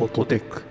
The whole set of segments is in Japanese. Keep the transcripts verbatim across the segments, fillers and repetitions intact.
フォトテック。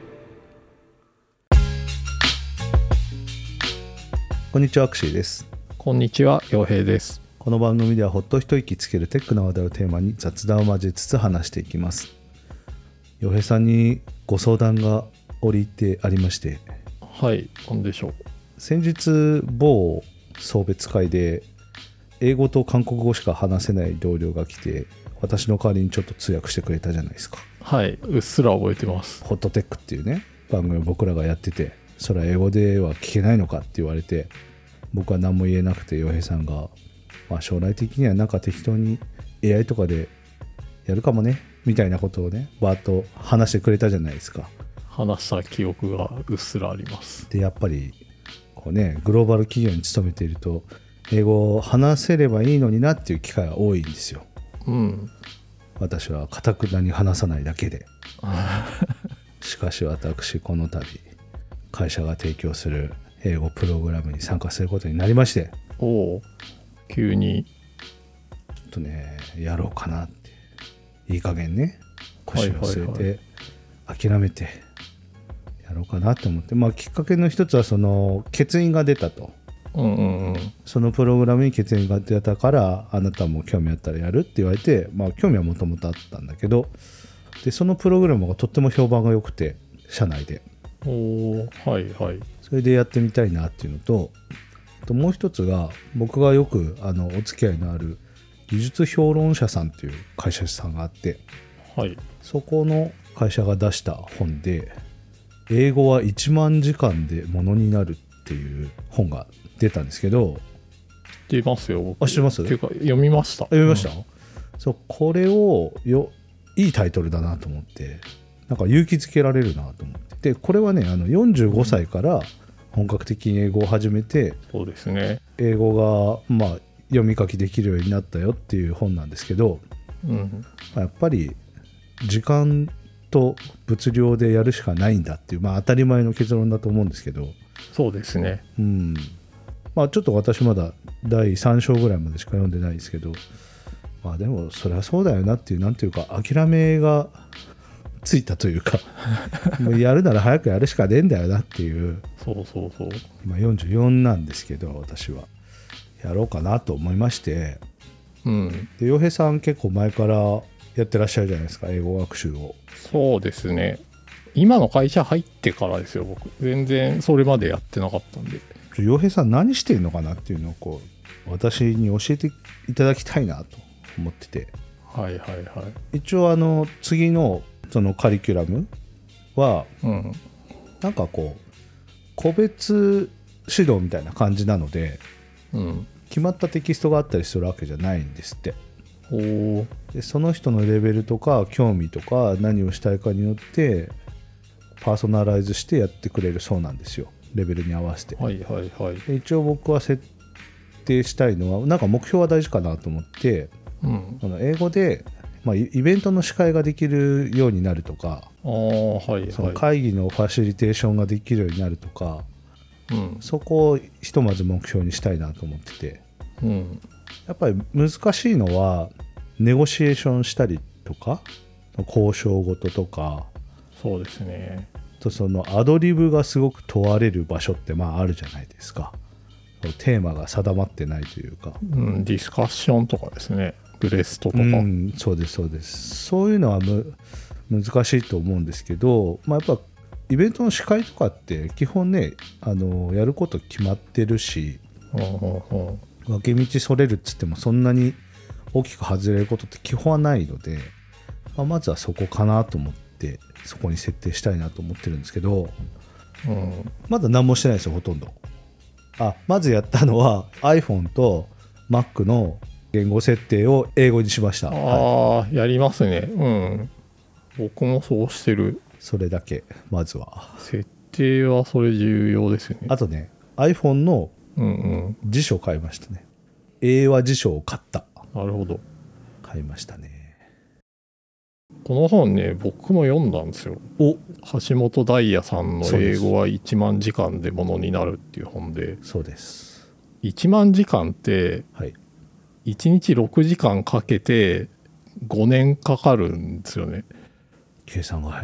こんにちは、アクシーです。 こんにちは、陽平です。 この番組ではほっと一息つけるテックな話題をテーマに雑談を交えつつ話していきます。陽平さんにご相談が折り入ってありまして、 はい、何でしょう。 先日某送別会で英語と韓国語しか話せない同僚が来て、私の代わりにちょっと通訳してくれたじゃないですか。 はい、うっすら覚えてます。 ホットテックっていうね番組を僕らがやってて、それは英語では聞けないのかって言われて、僕は何も言えなくて、陽平さんが、まあ、将来的にはなんか適当に エーアイ とかでやるかもねみたいなことをねバーッと話してくれたじゃないですか。 話した記憶がうっすらあります。 でやっぱりこうねグローバル企業に勤めていると英語を話せればいいのになっていう機会が多いんですよ。 うん。 私は堅くなに話さないだけでしかし私この度会社が提供する英語プログラムに参加することになりまして、 おお、急にちょっとねやろうかなって、いい加減ね腰を据えて諦めてやろうかなと思って、まあきっかけの一つはその欠員が出たと、 うんうんうん、 そのプログラムに欠員が出たからあなたも興味あったらやるって言われて、まあ興味はもともとあったんだけど、でそのプログラムがとっても評判が良くて社内で、 おお、はいはい、 それでやってみたいなっていうのと、ともう一つが僕がよくあのお付き合いのある技術評論者さんっていう会社さんがあって、 はい、 そこの会社が出した本で英語はいちまんじかんでものになるっていう本が出たんですけど、 知ってますよ僕。 あ、知ってます？ っていうか読みました。 読みました、 うん、 そう、これをよいいタイトルだなと思って、なんか勇気づけられるなと思って、でこれはねあのよんじゅうごさいから本格的に英語を始めて、 そうですね、 英語がまあ読み書きできるようになったよっていう本なんですけど、 うん、 やっぱり時間と物量でやるしかないんだっていう、まあ当たり前の結論だと思うんですけど、 そうですね、 うん、まあちょっと私まだだいさん章ぐらいまでしか読んでないですけど、まあでもそりゃそうだよなっていう、なんていうか諦めがついたというかもうやるなら早くやるしかねえんだよなっていう、 そうそうそう、 今よんじゅうよんなんですけど、私はやろうかなと思いまして、 うん、 で陽平さん結構前からやってらっしゃるじゃないですか、英語学習を。 そうですね、今の会社入ってからですよ。僕全然それまでやってなかったんで。 陽平さん何してるのかなっていうのをこう私に教えていただきたいなと思ってて、 はいはいはい、 一応あの次のそのカリキュラムは、 うん、 なんかこう個別指導みたいな感じなので、 うん、 決まったテキストがあったりするわけじゃないんですって。 おでその人のレベルとか興味とか何をしたいかによってパーソナライズしてやってくれるそうなんですよ、レベルに合わせて。 はいはいはい、 で一応僕は設定したいのは、なんか目標は大事かなと思って、 うん、 この英語で、まあ、イベントの司会ができるようになるとか、 ああはいはい、 その会議のファシリテーションができるようになるとか、 うん、 そこをひとまず目標にしたいなと思ってて、 うん、 やっぱり難しいのはネゴシエーションしたりとか交渉事とか、 そうですね、 とそのアドリブがすごく問われる場所ってまああるじゃないですか。テーマが定まってないというか、 うん、ディスカッションとかですね、ブレストとか、 うん、そうですそうです。そういうのはむ難しいと思うんですけど、まあ、やっぱイベントの司会とかって基本ねあのやること決まってるし、 うんうんうん、 分け道それるっつってもそんなに大きく外れることって基本はないので、まあ、まずはそこかなと思ってそこに設定したいなと思ってるんですけど、 うん、 まだ何もしてないですよほとんど。あまずやったのは iPhone と Mac の言語設定を英語にしました。 あはあ、はい、やりますね。うん、僕もそうしてる。 それだけまずは。 設定はそれ重要ですよね。 あとね iPhone のうんうん、 辞書を買いましたね。英和辞書を買った。 なるほど。 買いましたね。 この本ね、僕も読んだんですよ。 お橋本大也さんの英語はいちまんじかんでものになるっていう本で、 そうです。 いちまんじかんってはいいちにちろくじかんかけてごねんかかるんですよね。 計算が早い。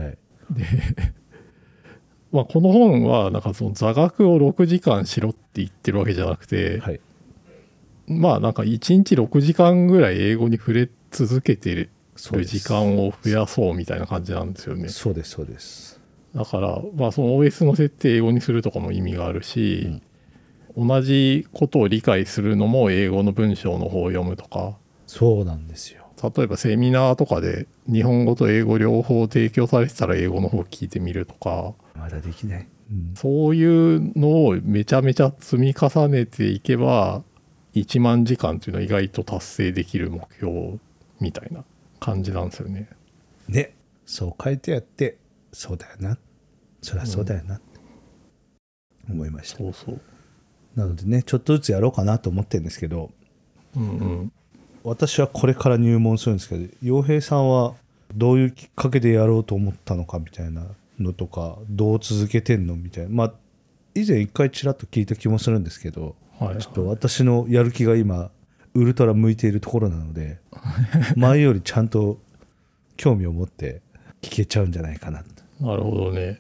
でまあこの本はなんかその座学をろくじかんしろって言ってるわけじゃなくて、 はい、 まあなんかいちにちろくじかんぐらい英語に触れ続けてる時間を増やそうみたいな感じなんですよね。 そうですそうです。 だからまあその オーエス の設定英語にするとかも意味があるし、うん、同じことを理解するのも英語の文章の方を読むとか。 そうなんですよ。 例えばセミナーとかで日本語と英語両方提供されてたら英語の方聞いてみるとか。 まだできない、うん、 そういうのをめちゃめちゃ積み重ねていけばいちまんじかんっていうのは意外と達成できる目標みたいな感じなんですよね。 ね、そう書いてあってそうだよな、そりゃそうだよなって思いました、 うん、そうそう。 なのでねちょっとずつやろうかなと思ってるんですけど、 うんうん、 私はこれから入門するんですけど、陽平さんはどういうきっかけでやろうと思ったのかみたいなのとか、どう続けてんのみたいな、まあ以前一回ちらっと聞いた気もするんですけど、はいはい、ちょっと私のやる気が今ウルトラ向いているところなので前よりちゃんと興味を持って聞けちゃうんじゃないかな。 なるほどね。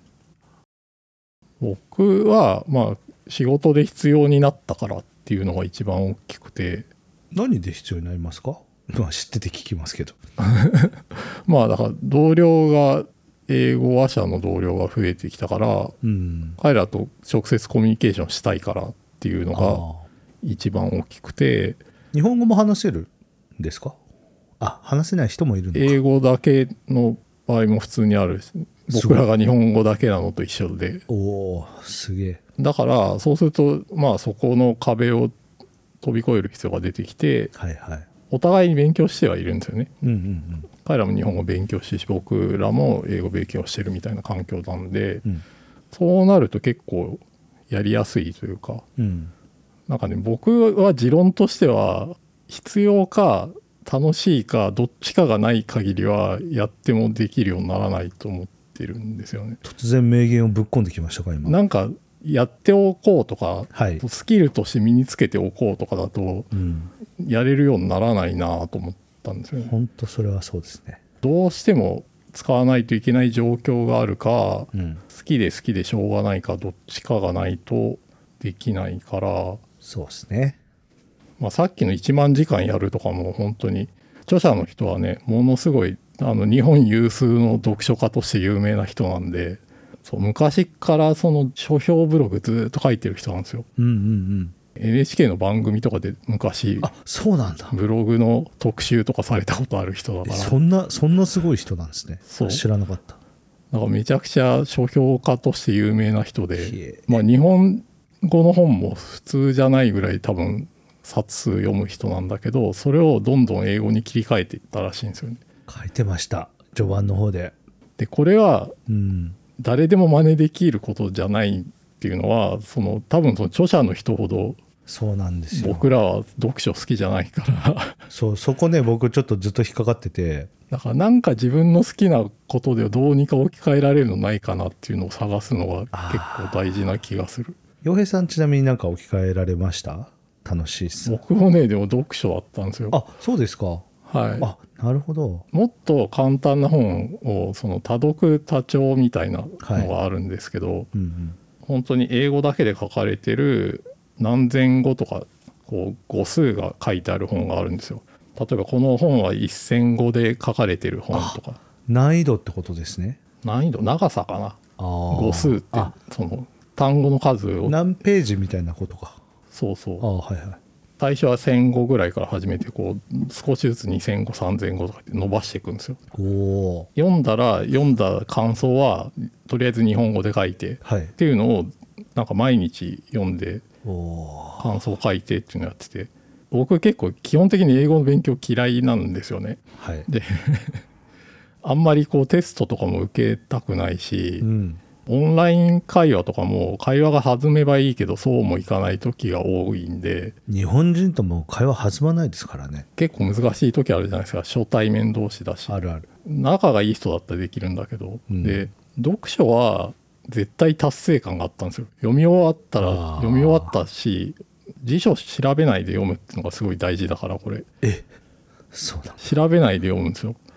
僕はまあ仕事で必要になったからっていうのが一番大きくて。 何で必要になりますか？まあ知ってて聞きますけどまあだから同僚が英語話者の同僚が増えてきたから、うん、彼らと直接コミュニケーションしたいからっていうのが一番大きくて。 日本語も話せるんですか？あ、話せない人もいるのか。 英語だけの場合も普通にある。僕らが日本語だけなのと一緒で。 おー、すげえ。 だからそうするとまあそこの壁を飛び越える必要が出てきて、はいはい、お互いに勉強してはいるんですよね、うんうんうん、彼らも日本語勉強してるし僕らも英語勉強してるみたいな環境なんで、うん、そうなると結構やりやすいというか、うん、なんかね僕は持論としては必要か楽しいかどっちかがない限りはやってもできるようにならないと思ってるんですよね。 突然名言をぶっ込んできましたか今。 なんかやっておこうとか、はい、スキルとして身につけておこうとかだと、うん、やれるようにならないなと思ったんですよね。 本当それはそうですね。 どうしても使わないといけない状況があるか、うん、好きで好きでしょうがないかどっちかがないとできないから。 そうですね、 まあ、さっきのいちまんじかんやるとかも本当に著者の人はねものすごいあの日本有数の読書家として有名な人なんで、そう昔からその書評ブログずっと書いてる人なんですよ、うんうんうん、エヌエイチケー の番組とかで昔あそうなんだブログの特集とかされたことある人だから。 そんなそんなすごい人なんですね。そう知らなかった。 だからめちゃくちゃ書評家として有名な人で、まあ、日本語の本も普通じゃないぐらい多分冊数読む人なんだけど、それをどんどん英語に切り替えていったらしいんですよね。 書いてました序盤の方で。 でこれは、うん誰でも真似できることじゃないっていうのはその多分その著者の人ほどそうなんですよ。 僕らは読書好きじゃないからそうそこね僕ちょっとずっと引っかかってて、 だからなんか自分の好きなことでどうにか置き換えられるのないかなっていうのを探すのが結構大事な気がする。 洋平さんちなみになんか置き換えられました？楽しいっす。 僕もねでも読書だったんですよ。 あそうですか。 はい、 あなるほど。 もっと簡単な本をその多読多聴みたいなのがあるんですけど、はいうんうん、本当に英語だけで書かれてる何千語とかこう語数が書いてある本があるんですよ。例えばこの本はせんごで書かれてる本とか。 難易度ってことですね。 難易度長さかな。語数ってその単語の数を何ページみたいなことか。 そうそう。 あ、はいはい、 最初はせんごぐらいから始めてこう少しずつにせんご、さんぜんごとかって伸ばしていくんですよ。お読んだら読んだ感想はとりあえず日本語で書いて、はい、っていうのをなんか毎日読んで感想書いてっていうのをやってて、僕結構基本的に英語の勉強嫌いなんですよね、はい、であんまりこうテストとかも受けたくないし、うんオンライン会話とかも会話が弾めばいいけどそうもいかない時が多いんで。 日本人とも会話弾まないですからね。 結構難しい時あるじゃないですか。初対面同士だしあるある仲がいい人だったらできるんだけど、うん、で読書は絶対達成感があったんですよ。読み終わったら読み終わったし辞書調べないで読むっていうのがすごい大事だからこれ。 えそうだ調べないで読むんですよ。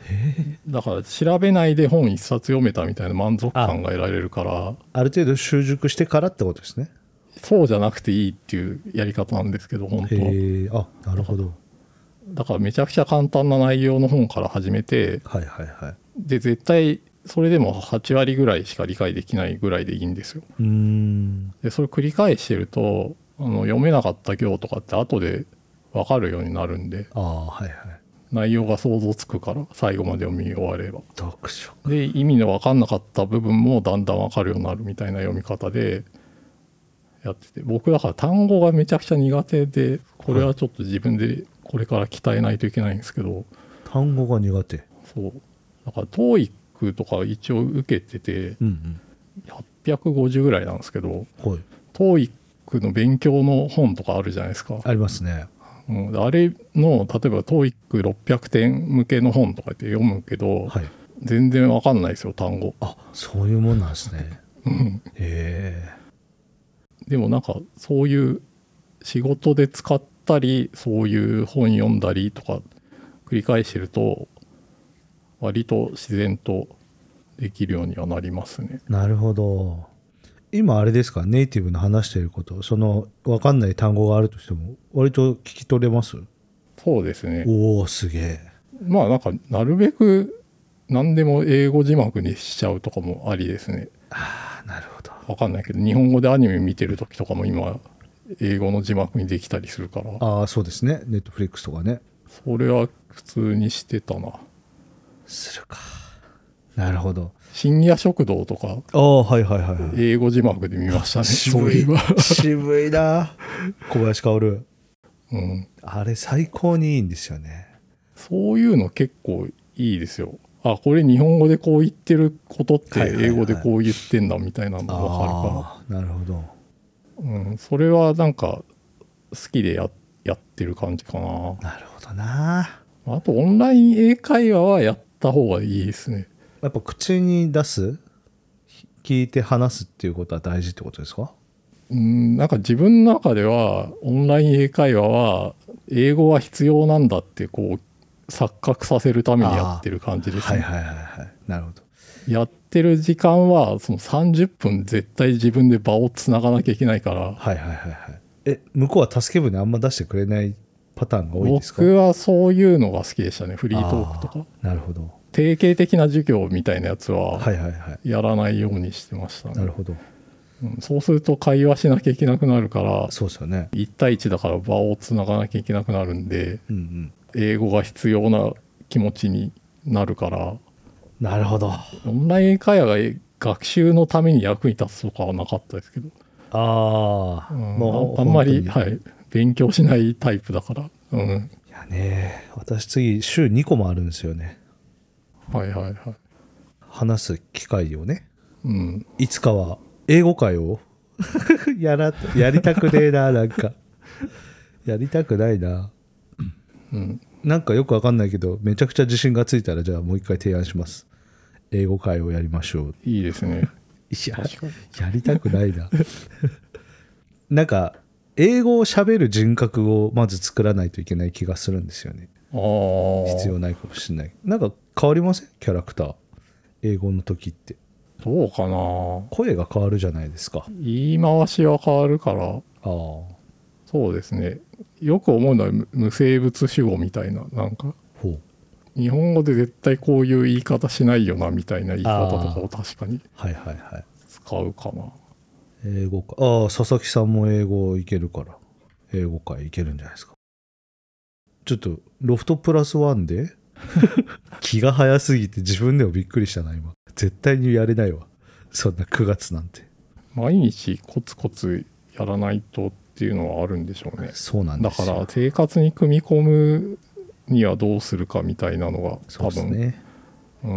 だから調べないで本一冊読めたみたいな満足感が得られるから、 ある程度習熟してからってことですね。 そうじゃなくていいっていうやり方なんですけど、本当は。 へえ、あ、なるほど。 だからめちゃくちゃ簡単な内容の本から始めて、 はいはいはい。 で絶対それでもはち割ぐらいしか理解できないぐらいでいいんですよ。 うーん。 でそれ繰り返してると、あの読めなかった行とかって後で分かるようになるんで、 ああ、はいはい。 内容が想像つくから、最後まで読み終われば。 読書。 で意味の分かんなかった部分もだんだん分かるようになるみたいな読み方でやってて、僕だから単語がめちゃくちゃ苦手で、これはちょっと自分でこれから鍛えないといけないんですけど、はい、 単語が苦手。 そうだから トーイック とか一応受けてて、うんうん、はっぴゃくごじゅうぐらいなんですけど、はい、トーイック の勉強の本とかあるじゃないですか。 ありますね。 うん、あれの例えば トーイックろっぴゃくてん向けの本とかって読むけど、はい、全然分かんないですよ、単語。 あ、そういうもんなんですね。へえ。 でもなんかそういう仕事で使ったり、そういう本読んだりとか繰り返してると割と自然とできるようにはなりますね。 なるほど。今あれですか、ネイティブの話していること、その分かんない単語があるとしても割と聞き取れます？ そうですね。 おお、すげえ。 まあなんかなるべく何でも英語字幕にしちゃうとかもありですね。 ああ、なるほど。 分かんないけど日本語でアニメ見てる時とかも今英語の字幕にできたりするから。 ああ、そうですね。ネットフリックスとかね。 それは普通にしてたな。 するか。なるほど。 深夜食堂とか、 ああ、はいはいはい、はい、 英語字幕で見ましたね。 渋い渋いな。小林薫、うん、あれ最高にいいんですよね。 そういうの結構いいですよ。あ、これ日本語でこう言ってることって英語でこう言ってんだみたいなのが分かるから、はいはいはい、 なるほど、 うん、それはなんか好きで や, やってる感じかな。 なるほどな。 あとオンライン英会話はやった方がいいですね。 やっぱ口に出す、聞いて話すっていうことは大事ってことですか？ うん、なんか自分の中ではオンライン英会話は英語は必要なんだってこう錯覚させるためにやってる感じですね。 はいはいはいはい。なるほど。 やってる時間はそのさんじゅっぷん絶対自分で場をつながなきゃいけないから。 はいはいはいはい。え、向こうは助け舟あんま出してくれないパターンが多いんですか？ 僕はそういうのが好きでしたね。フリートークとか。 なるほど。 定型的な授業みたいなやつはやらないようにしてましたね。 なるほど。 うん、そうすると会話しなきゃいけなくなるから。 そうですよね。 いち対いちだから場をつながなきゃいけなくなるんで、うんうん、英語が必要な気持ちになるから。 なるほど。 オンライン会話が学習のために役に立つとかはなかったですけど。 ああ、うん、 もうあんまり、はい、勉強しないタイプだから。うん、 いやね、私次週にこもあるんですよね。 はいはいはい。 話す機会をね。 うん。 いつかは英語会をやらやりたくねえな、なんかやりたくないな。うん。なんかよくわかんないけどめちゃくちゃ自信がついたらじゃあもう一回提案します。英語会をやりましょう。 いいですね。 いや、やりたくないな。なんか英語を喋る人格をまず作らないといけない気がするんですよね。 ああ。 必要ないかもしれない。なんか変わりません？キャラクター。英語の時って。 どうかな。 声が変わるじゃないですか。 言い回しは変わるから。ああ。そうですね。よく思うのは無生物主語みたいな、なんかほう日本語で絶対こういう言い方しないよなみたいな言い方とかを確かに使うかな。 英語か。ああ、佐々木さんも英語いけるから英語界いけるんじゃないですか。ちょっとロフトプラスワンで気が早すぎて自分でもびっくりしたな今。絶対にやれないわ、そんなくがつなんて。毎日コツコツやらないとっていうのはあるんでしょうね。 そうなんですよ。 だから生活に組み込むにはどうするかみたいなのが多分そうですね。うん、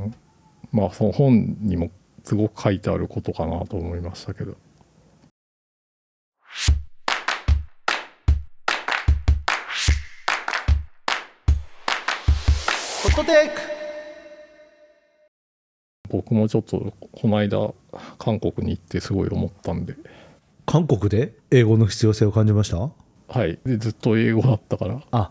まあその本にもすごく書いてあることかなと思いましたけど。 ホットテイク。 僕もちょっとこの間韓国に行ってすごい思ったんで。 韓国で英語の必要性を感じました？ はい。でずっと英語だったから。 あ、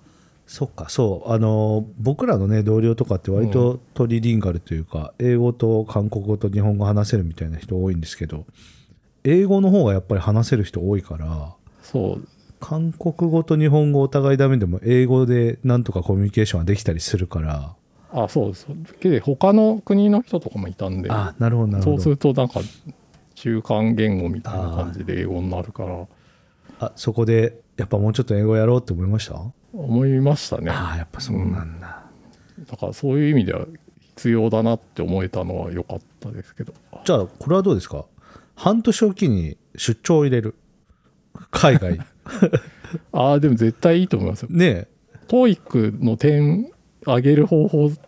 そっか、そうあの僕らのね同僚とかって割とトリリンガルというか、うん、英語と韓国語と日本語話せるみたいな人多いんですけど、英語の方がやっぱり話せる人多いから、 そう韓国語と日本語お互いダメでも英語でなんとかコミュニケーションができたりするから。 あ、そうです。で他の国の人とかもいたんで、 あ、なるほどなるほど。 そうするとなんか中間言語みたいな感じで英語になるから。 あ、そこでやっぱもうちょっと英語やろうって思いました？ 思いましたね。 ああ、やっぱそうなんだ、 うん、だからそういう意味では必要だなって思えたのは良かったですけど。 じゃあこれはどうですか？半年おきに出張を入れる、海外ああ、でも絶対いいと思いますよねえ。 トーイック の点上げる方法って、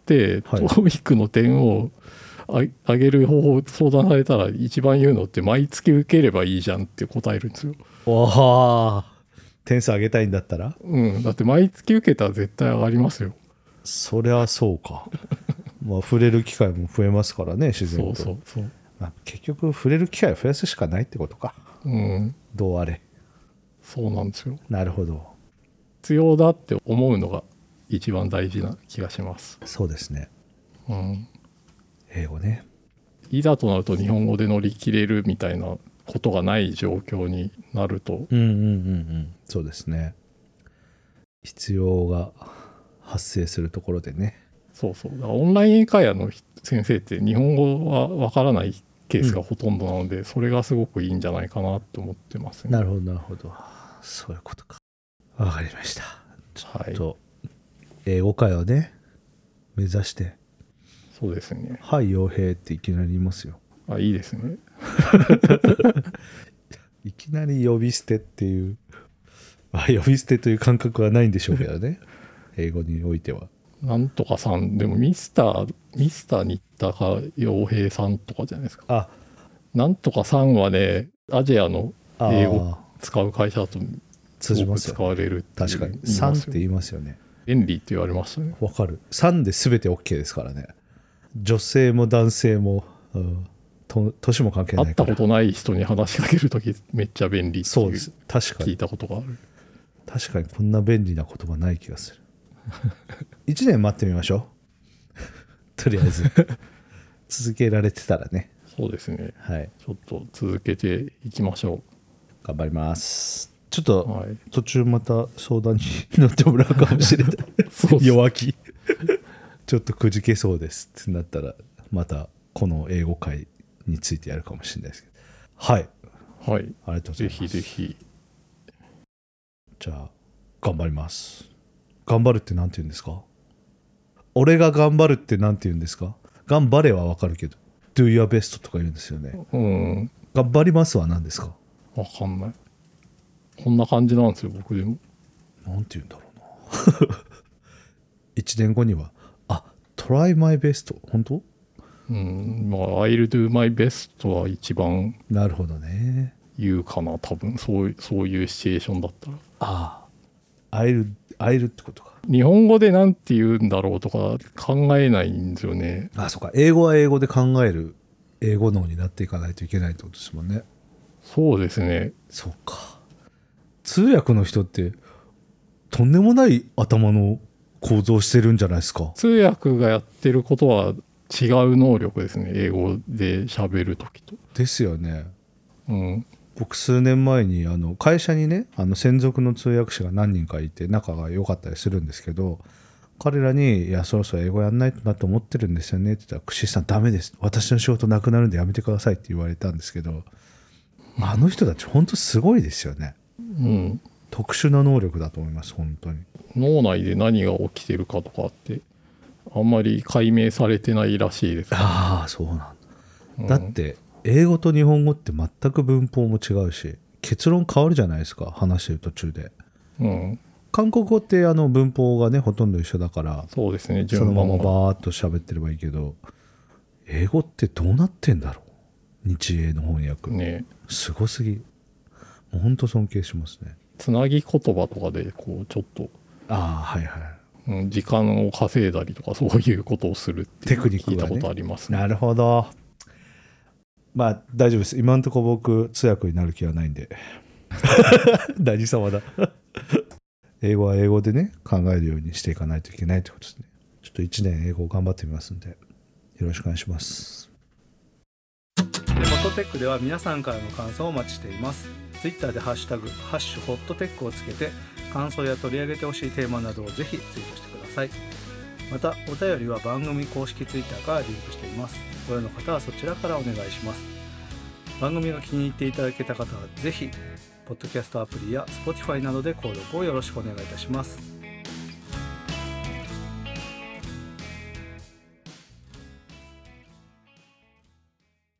はい、トーイック の点を上げる方法相談されたら一番言うのって毎月受ければいいじゃんって答えるんですよ。 わあ、点数上げたいんだったら、 うん、だって毎月受けたら絶対上がりますよ。 そりゃそうかまあ触れる機会も増えますからね、自然と。 そうそうそう、 まあ、結局触れる機会を増やすしかないってことか。 うん、 どうあれ。 そうなんですよ。 なるほど。 必要だって思うのが一番大事な気がします。 そうですね、 うん、 英語ね。 いざとなると日本語で乗り切れるみたいなことがない状況になると、 うんうんうんうん、そうですね。必要が発生するところでね。 そうそう、だからオンライン英会話の先生って日本語はわからないケースがほとんどなので、うん、それがすごくいいんじゃないかなと思ってますね。 なるほどなるほど、そういうことか。わかりました。ちょっと、はい、英語会話ね目指して。 そうですね。 はい傭兵っていきなり言いますよ。 あ、いいですねいきなり呼び捨てっていう、まあ、呼び捨てという感覚はないんでしょうけどね英語においては。 なんとかさん、でもミスターミスター新田か洋平さんとかじゃないですか。 あ、 なんとかさんはね、アジアの英語使う会社だと通じますよ。 使われるっていう。 確かにさんって言いますよね。 便利って言われましたね。 わかる。さんで全て OK ですからね。女性も男性も、うん、と年も関係ないから。 会ったことない人に話しかけるときめっちゃ便利っていう。 そうです。確かに聞いたことがある。 確かにこんな便利な言葉ない気がするいちねん待ってみましょうとりあえず続けられてたらね。 そうですね、 はい、 ちょっと続けていきましょう。 頑張ります。ちょっと途中また相談に乗ってもらうかもしれないそう弱気ちょっとくじけそうですってなったらまたこの英語会についてやるかもしれないですけど。はい、 はい、 ありがとうございます。 ぜひぜひ。 じゃあ頑張ります。頑張るってなんて言うんですか？俺が頑張るってなんて言うんですか？頑張れはわかるけど Do your best とか言うんですよね。 うん。 頑張りますは何ですか？ わかんない。こんな感じなんですよ僕でも。 なんて言うんだろうないちねんごにはあ Try my best 本当？ うん、まあ I'll do my best は一番なるほどね言うかな多分。そうそういうシチュエーションだったら。 ああ I'll I'll ってことか。 日本語でなんて言うんだろうとか考えないんですよね。 あ、そうか。英語は英語で考える英語脳になっていかないといけないってことですもんね。 そうですね。 そうか。通訳の人ってとんでもない頭の構造してるんじゃないですか。 通訳がやってることは違う能力ですね。英語で喋るときと。 ですよね。 うん。 僕数年前にあの会社にねあの専属の通訳者が何人かいて仲が良かったりするんですけど、彼らにいやそろそろ英語やんないとなと思ってるんですよねって言ったら、串井さんダメです、私の仕事なくなるんでやめてくださいって言われたんですけど、あの人たち本当すごいですよね。 うん、 特殊な能力だと思います本当に。 脳内で何が起きてるかとかってあんまり解明されてないらしいです、ね、 ああそうなんだ、うん、だって英語と日本語って全く文法も違うし結論変わるじゃないですか話してる途中で、 うん、 韓国語ってあの文法がねほとんど一緒だから、 そうですね、 そのままバーッと喋ってればいいけど、英語ってどうなってんだろう、日英の翻訳、 ね、 すごすぎ、もう本当尊敬しますね。 つなぎ言葉とかでこうちょっとああはいはい、 うん、時間を稼いだりとかそういうことをするっていう聞いたことありますね。 なるほど。まあ大丈夫です。今のところ僕通訳になる気はないんで何様だ英語は英語でね考えるようにしていかないといけないってことですね。ちょっといちねん英語頑張ってみますんでよろしくお願いします。 ホットテックでは皆さんからの感想をお待ちしています。ツイッターでハッシュタグハッシュホットテックをつけて感想や取り上げてほしいテーマなどをぜひツイートしてください。またお便りは番組公式ツイッターからリンクしています。ご用の方はそちらからお願いします。番組が気に入っていただけた方はぜひポッドキャストアプリや Spotify などで購読をよろしくお願いいたします。